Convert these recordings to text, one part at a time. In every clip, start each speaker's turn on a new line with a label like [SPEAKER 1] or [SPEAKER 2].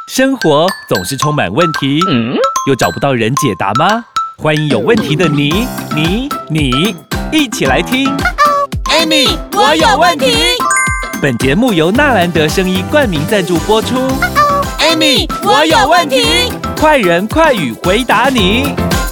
[SPEAKER 1] 生活总是充满问题，又找不到人解答吗？欢迎有问题的你一起来听。
[SPEAKER 2] Amy， 我有问题。
[SPEAKER 1] 本节目由纳兰德生医冠名赞助播出。
[SPEAKER 2] Amy， 我有问题。
[SPEAKER 1] 快人快语回答你。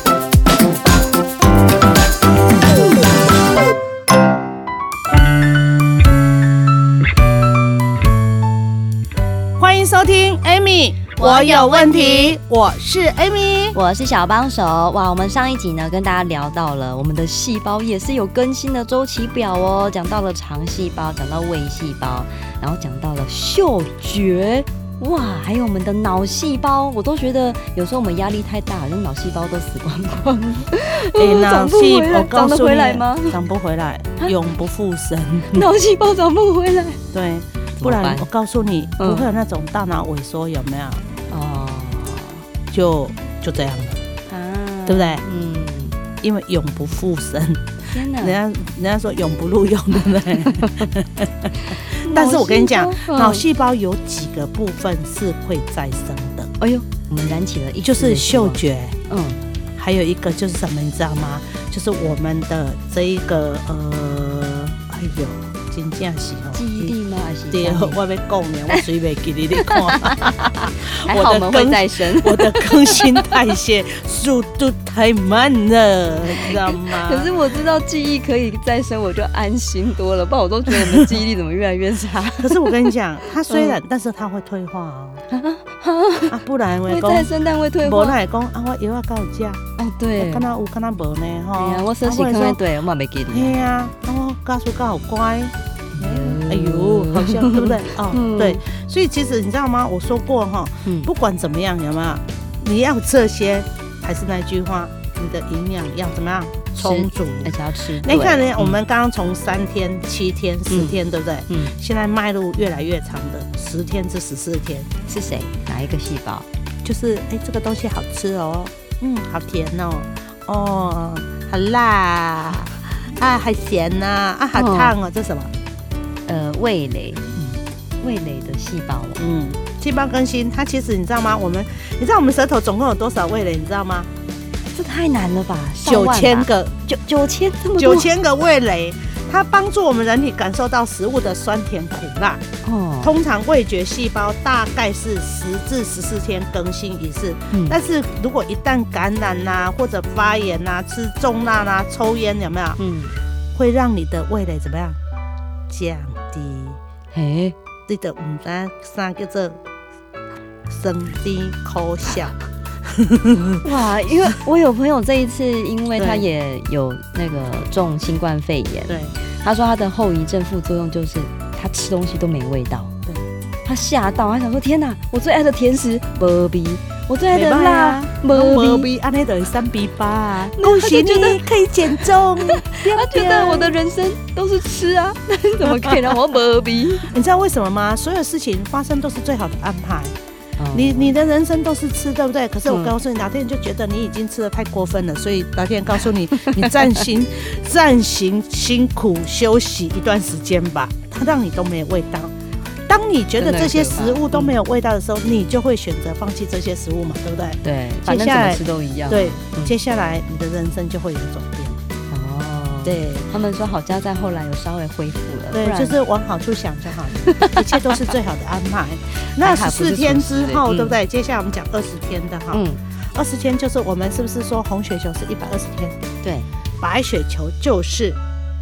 [SPEAKER 3] 欢迎收听 Amy， 我有问题。我是 Amy，
[SPEAKER 4] 我是小帮手。哇，我们上一集呢跟大家聊到了我们的细胞也是有更新的周期表哦，讲到了肠细胞，讲到胃细胞，然后讲到了嗅觉。哇，还有我们的脑细胞，我都觉得有时候我们压力太大，那脑细胞都死光光。
[SPEAKER 3] 脑细胞
[SPEAKER 4] 长得回来吗？
[SPEAKER 3] 长不回来，永不复生。
[SPEAKER 4] 脑细胞长不回来，
[SPEAKER 3] 对，不然我告诉你，不会有那种大脑萎缩，有没有？哦，就这样了，对不对？因为永不复生。
[SPEAKER 4] 天哪！
[SPEAKER 3] 人家说永不录用，对不对？但是我跟你讲，脑细胞有几个部分是会再生的。
[SPEAKER 4] 哎呦，我们燃起了
[SPEAKER 3] 就是嗅觉，还有一个就是什么，你知道吗？就是我们的这一个哎呦，真正是
[SPEAKER 4] 记忆力吗？还是
[SPEAKER 3] 对，我要讲呢，我随便给你看。
[SPEAKER 4] 还好我们会再生，
[SPEAKER 3] 我的更新代谢速度太慢了，你知道吗？
[SPEAKER 4] 可是我知道记忆可以再生，我就安心多了。不然我都觉得我们的记忆力怎么越来越差。
[SPEAKER 3] 可是我跟你讲，它虽然，但是它会退化哦。不然
[SPEAKER 4] 会再生但会退化。
[SPEAKER 3] 无那会讲啊，我药到有吃。
[SPEAKER 4] 哦，对。
[SPEAKER 3] 敢若有，敢若无呢？吼。
[SPEAKER 4] 哎呀，我说是可能对，我嘛没记你。
[SPEAKER 3] 嘿啊，我教书教好乖。哎呦，好像对不对？哦，对，所以其实你知道吗？我说过哈，不管怎么样，有没有？你要这些，还是那句话，你的营养要怎么样充足，
[SPEAKER 4] 而且要吃。
[SPEAKER 3] 你看呢，我们刚刚从3天、7天、10天，对不对？现在迈入越来越长的10天至14天。
[SPEAKER 4] 是谁？哪一个细胞？
[SPEAKER 3] 就是这个东西好吃哦，好甜哦，哦，好辣啊，还咸呐，好烫哦，这什么？
[SPEAKER 4] 味蕾，味蕾的细胞，
[SPEAKER 3] 细胞更新，它其实你知道吗？你知道我们舌头总共有多少味蕾？你知道吗？
[SPEAKER 4] 这太难了吧
[SPEAKER 3] ？9000个
[SPEAKER 4] ，9000这么多
[SPEAKER 3] ，9000个味蕾，它帮助我们人体感受到食物的酸甜苦辣。通常味觉细胞大概是10至14天更新一次，但是如果一旦感染或者发炎吃重辣抽烟，有没有？会让你的味蕾怎么样？降低。你就不知道啥叫做酸甜苦涩。
[SPEAKER 4] 哇，因为我有朋友这一次，因为他也有那个中新冠肺炎，对，他说他的后遗症副作用就是他吃东西都没味道，对，他吓到，他想说天哪，我最爱的甜食没味，我最爱的辣没味，
[SPEAKER 3] 安尼就是3比8啊！恭喜你可以减重。
[SPEAKER 4] 他觉得我的人生都是吃啊，那你怎么可以让我没味？
[SPEAKER 3] 你知道为什么吗？所有事情发生都是最好的安排。你的人生都是吃，对不对？可是我告诉你，老天就觉得你已经吃得太过分了，所以老天告诉你，你暂行辛苦休息一段时间吧，它让你都没有味道。当你觉得这些食物都没有味道的时候，你就会选择放弃这些食物嘛，对不对？
[SPEAKER 4] 对，反正怎么吃都一样。
[SPEAKER 3] 对，接下来你的人生就会有转变。对，
[SPEAKER 4] 他们说好家在后来有稍微恢复了，
[SPEAKER 3] 对，就是往好处想就好了，一切都是最好的安排。那14天之后，对不对？接下来我们讲20天的哈，20天就是我们是不是说红血球是120天？
[SPEAKER 4] 对，
[SPEAKER 3] 白血球就是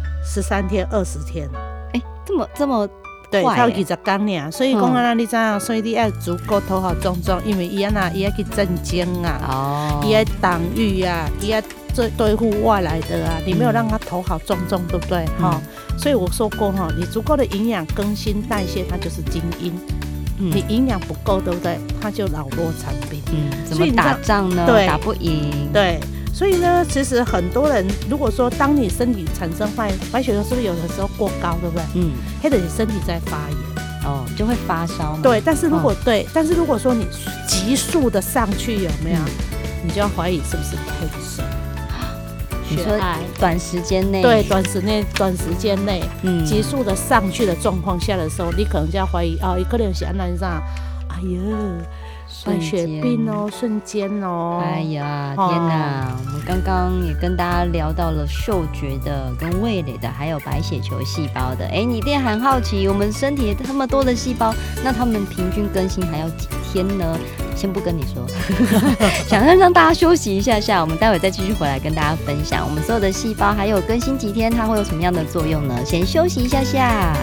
[SPEAKER 3] 13天、20天。
[SPEAKER 4] 这么。
[SPEAKER 3] 对，才有20天呢，所以讲啊，你知道，所以你要足够头好壮壮，因为伊要去镇静伊要挡御伊要对付外来的你没有让他头好壮壮，对不对？所以我说过你足够的营养更新代谢，它就是精英。你营养不够，对不对？它就老弱残兵。
[SPEAKER 4] 怎么打仗呢？打不赢。
[SPEAKER 3] 对。所以呢，其实很多人如果说当你身体产生白血球，是不是有的时候过高，对不对？黑的你身体在发炎，
[SPEAKER 4] 就会发烧嘛。
[SPEAKER 3] 对，但是如果说你急速的上去，有没有？你就要怀疑是不是cancer。
[SPEAKER 4] 你说短时间内，
[SPEAKER 3] 对，短时间内，急速的上去的状况下的时候，你可能就要怀疑有可能是安那啥，哎呦。 白血病哦，瞬间哦。
[SPEAKER 4] 哎呀，天哪！我们刚刚也跟大家聊到了嗅觉的、跟味蕾的，还有白血球细胞的。你一定很好奇，我们身体这么多的细胞，那它们平均更新还要几天呢？先不跟你说，想让大家休息一下下，我们待会再继续回来跟大家分享我们所有的细胞还有更新几天，它会有什么样的作用呢？先休息一下下。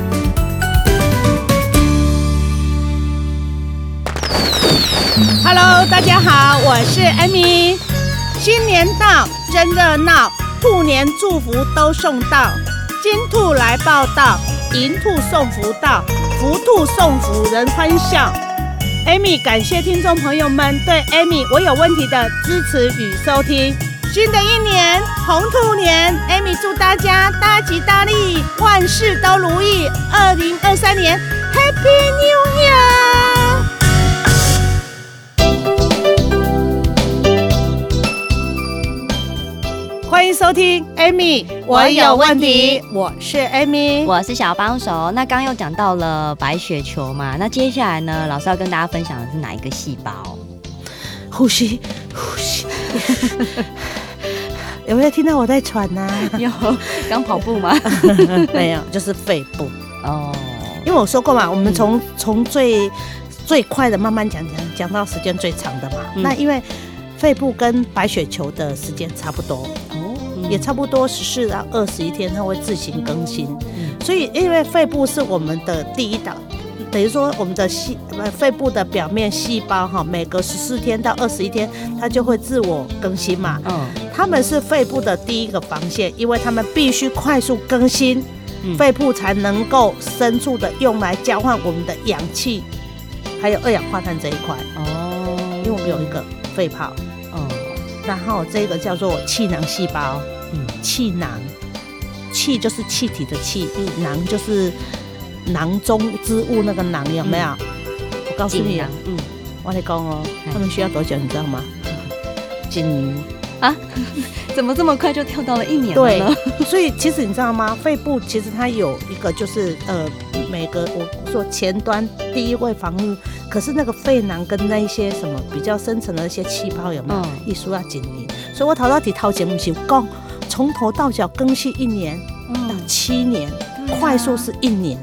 [SPEAKER 3] Hello， 大家好，我是 Amy。新年到，真热闹，兔年祝福都送到。金兔来报道，银兔送福到，福兔送福人欢笑。Amy 感谢听众朋友们对 Amy 我有问题的支持与收听。新的一年红兔年 ，Amy 祝大家大吉大利，万事都如意。2023年 Happy New Year！欢迎收听 Amy 我有问题，我是 Amy，
[SPEAKER 4] 我是小帮手。那刚又讲到了白血球嘛，那接下来呢，老师要跟大家分享的是哪一个细胞？
[SPEAKER 3] 呼吸，呼吸。有没有听到我在喘啊？
[SPEAKER 4] 有，刚跑步吗？
[SPEAKER 3] 没有，就是肺部。
[SPEAKER 4] 哦，
[SPEAKER 3] 因为我说过嘛，我们从最快的慢慢讲到时间最长的嘛。那因为肺部跟白血球的时间差不多，也差不多14到21天，它会自行更新。所以，因为肺部是我们的第一岛，等于说我们的肺部的表面细胞哈，每隔14天到21天，它就会自我更新嘛。它们是肺部的第一个防线，因为它们必须快速更新，肺部才能够深处的用来交换我们的氧气，还有二氧化碳这一块。因为我们有一个肺泡。然后这个叫做气囊细胞，气囊，气就是气体的气，囊就是囊中之物那个囊，有没有？我告诉你，我跟你讲哦，他们需要多久你知道吗？今年
[SPEAKER 4] 啊？怎么这么快就跳到了1年了呢？
[SPEAKER 3] 对，所以其实你知道吗？肺部其实它有一个就是每个我说前端第一位防御，可是那个肺囊跟那一些什么比较深层的一些气泡有没有？艺术要紧密，所以我头到底头前不是讲从头到脚更新1年到7年，快速是1年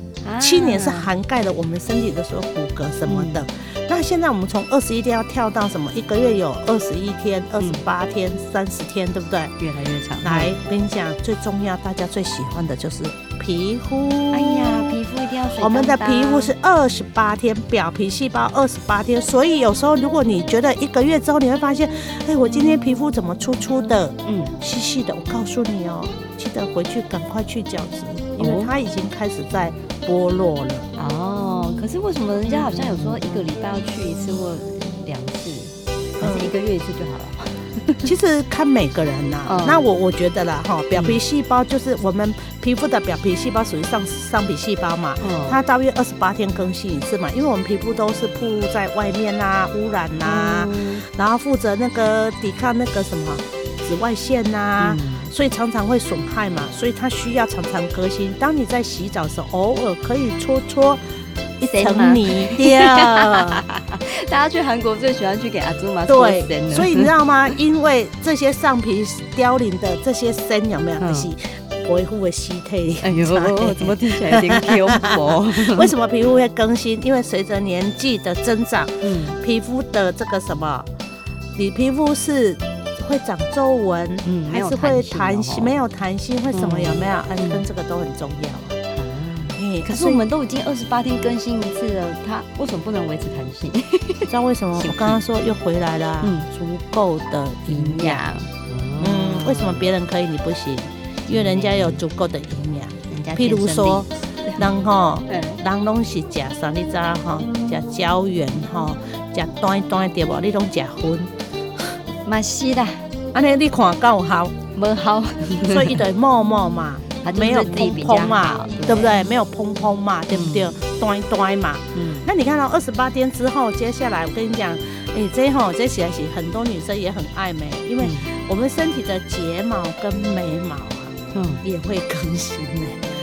[SPEAKER 3] ，7年是涵盖了我们身体的所有骨骼什么的。那现在我们从21天要跳到什么？1个月有21天、28天、30天，对不对？
[SPEAKER 4] 越来越长。
[SPEAKER 3] 来，我跟你讲，最重要，大家最喜欢的就是皮肤。
[SPEAKER 4] 哎呀，皮肤一定要水当当。
[SPEAKER 3] 我们的皮肤是28天，表皮细胞28天，所以有时候如果你觉得1个月之后你会发现，我今天皮肤怎么粗粗的，细细的，我告诉你哦，记得回去赶快去角质，因为它已经开始在剥落了。
[SPEAKER 4] 可是为什么人家好像有说1个礼拜要去1次或2次，还是1个月1次就好了？
[SPEAKER 3] 其实看每个人啦，那我觉得啦哈，表皮细胞就是我们皮肤的表皮细胞属于上皮细胞嘛，它大约28天更新1次嘛，因为我们皮肤都是暴露在外面啦、污染啦，然后负责那个抵抗那个什么紫外线呐，所以常常会损害嘛，所以它需要常常更新。当你在洗澡的时候，偶尔可以搓一层泥掉。
[SPEAKER 4] 大家去韩国最喜欢去给阿祖玛
[SPEAKER 3] 搓身了，所以你知道吗？因为这些上皮凋零的这些身有没有？就是维护的吸退。
[SPEAKER 4] 哎呦，怎么听起来有点恐怖？
[SPEAKER 3] 为什么皮肤会更新？因为随着年纪的增长，皮肤的这个什么，你皮肤是会长皱纹，还是会弹性？没有弹性会什么？有没有？跟这个都很重要。
[SPEAKER 4] 可是我们都已经28天更新1次了，它为什么不能维持弹性？
[SPEAKER 3] 你知道为什么？我刚刚说又回来了，足够的营养。为什么别人可以你不行？因为人家有足够的营养。譬如说，人拢是吃啥？你知道哈？吃胶原哈，吃短对不？你拢吃荤。
[SPEAKER 4] 嘛是啦，
[SPEAKER 3] 安尼你看够好？
[SPEAKER 4] 无好，
[SPEAKER 3] 所以伊就冒嘛。没有蓬蓬嘛，对不对？没有蓬蓬嘛，对不对？端嘛。那你看到28天之后，接下来我跟你讲，这起来是很多女生也很爱美，因为我们身体的睫毛跟眉毛也会更新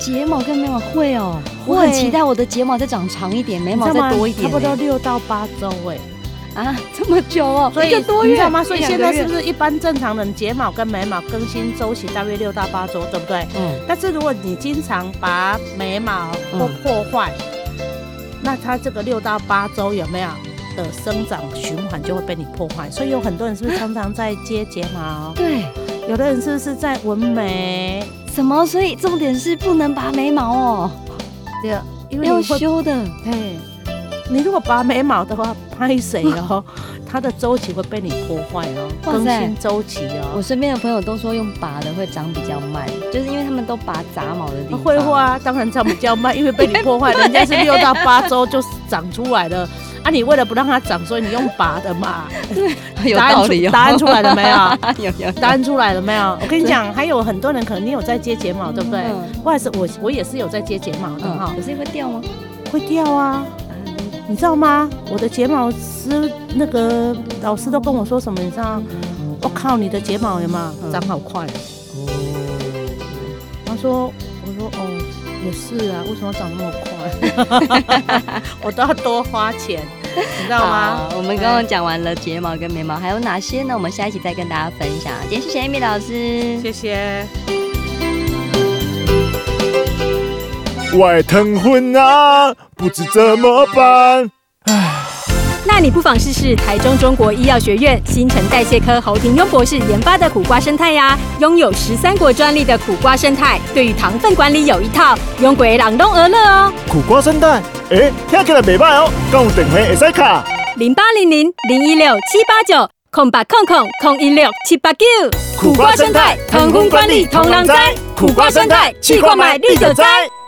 [SPEAKER 4] 睫毛跟眉毛会哦，
[SPEAKER 3] 会
[SPEAKER 4] 我很期待我的睫毛再长长一点，眉毛再多一点，
[SPEAKER 3] 差不多6到8周
[SPEAKER 4] 啊，这么久哦，
[SPEAKER 3] 所以
[SPEAKER 4] 1个多月，
[SPEAKER 3] 你知道吗？所以现在是不
[SPEAKER 4] 是？
[SPEAKER 3] 是一般正常人睫毛跟眉毛更新周期大约6到8周，对不对？但是如果你经常把眉毛或破坏，那它这个6到8周有没有的生长循环就会被你破坏？所以有很多人是不是常常在接睫毛？
[SPEAKER 4] 对，
[SPEAKER 3] 有的人是不是在纹眉？
[SPEAKER 4] 什么？所以重点是不能拔眉毛哦，
[SPEAKER 3] 对，因为
[SPEAKER 4] 要
[SPEAKER 3] 你会
[SPEAKER 4] 修的。
[SPEAKER 3] 嘿，你如果拔眉毛的话，拍谁哦？它的周期会被你破坏哦，更新周期哦。
[SPEAKER 4] 我身边的朋友都说用拔的会长比较慢，就是因为他们都拔杂毛的地方。
[SPEAKER 3] 会啊，当然长比较慢，因为被你破坏，人家是6到8周就长出来了。啊，你为了不让它长，所以你用拔的嘛。
[SPEAKER 4] 有道理哦。
[SPEAKER 3] 答案出来了没有？
[SPEAKER 4] 有。
[SPEAKER 3] 答案出来了没有？我跟你讲，还有很多人可能你有在接睫毛，对不对？或者是我也是有在接睫毛的哈。
[SPEAKER 4] 可是会掉吗？
[SPEAKER 3] 会掉啊。你知道吗？我的睫毛师那个老师都跟我说什么？你知道？我靠，你的睫毛有没有长好快？他说，我说哦，也是啊，为什么长那么快？我都要多花钱，你知道吗？
[SPEAKER 4] 我们刚刚讲完了睫毛跟眉毛，还有哪些呢？我们下一期再跟大家分享。今天谢谢 Amy 老师，
[SPEAKER 3] 谢谢。
[SPEAKER 5] 外疼昏啊，不知怎么办。
[SPEAKER 6] 那你不妨试试台中中国医药学院新陈代谢科侯廷庸博士研发的苦瓜生态呀，拥有13国专利的苦瓜生态，对于糖分管理有一套，用过的人都而乐哦。
[SPEAKER 5] 苦瓜生态，听起来袂歹哦，敢有电话会使卡
[SPEAKER 6] 0800-016-789，0800-016-789。
[SPEAKER 5] 苦瓜生态，糖分管理通人知，苦瓜生态，试看卖你就知。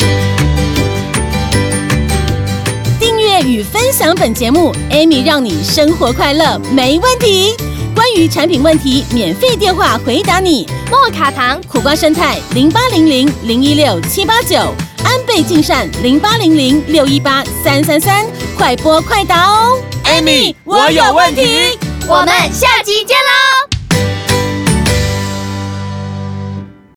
[SPEAKER 2] 订阅与分享本节目 ，Amy 让你生活快乐没问题。关于产品问题，免费电话回答你。
[SPEAKER 7] 莫卡糖、
[SPEAKER 2] 苦瓜生态0800-016-789，安倍晋善0800-618-333，快播快答哦。
[SPEAKER 3] Amy，我有问题。
[SPEAKER 7] 我们下集见喽！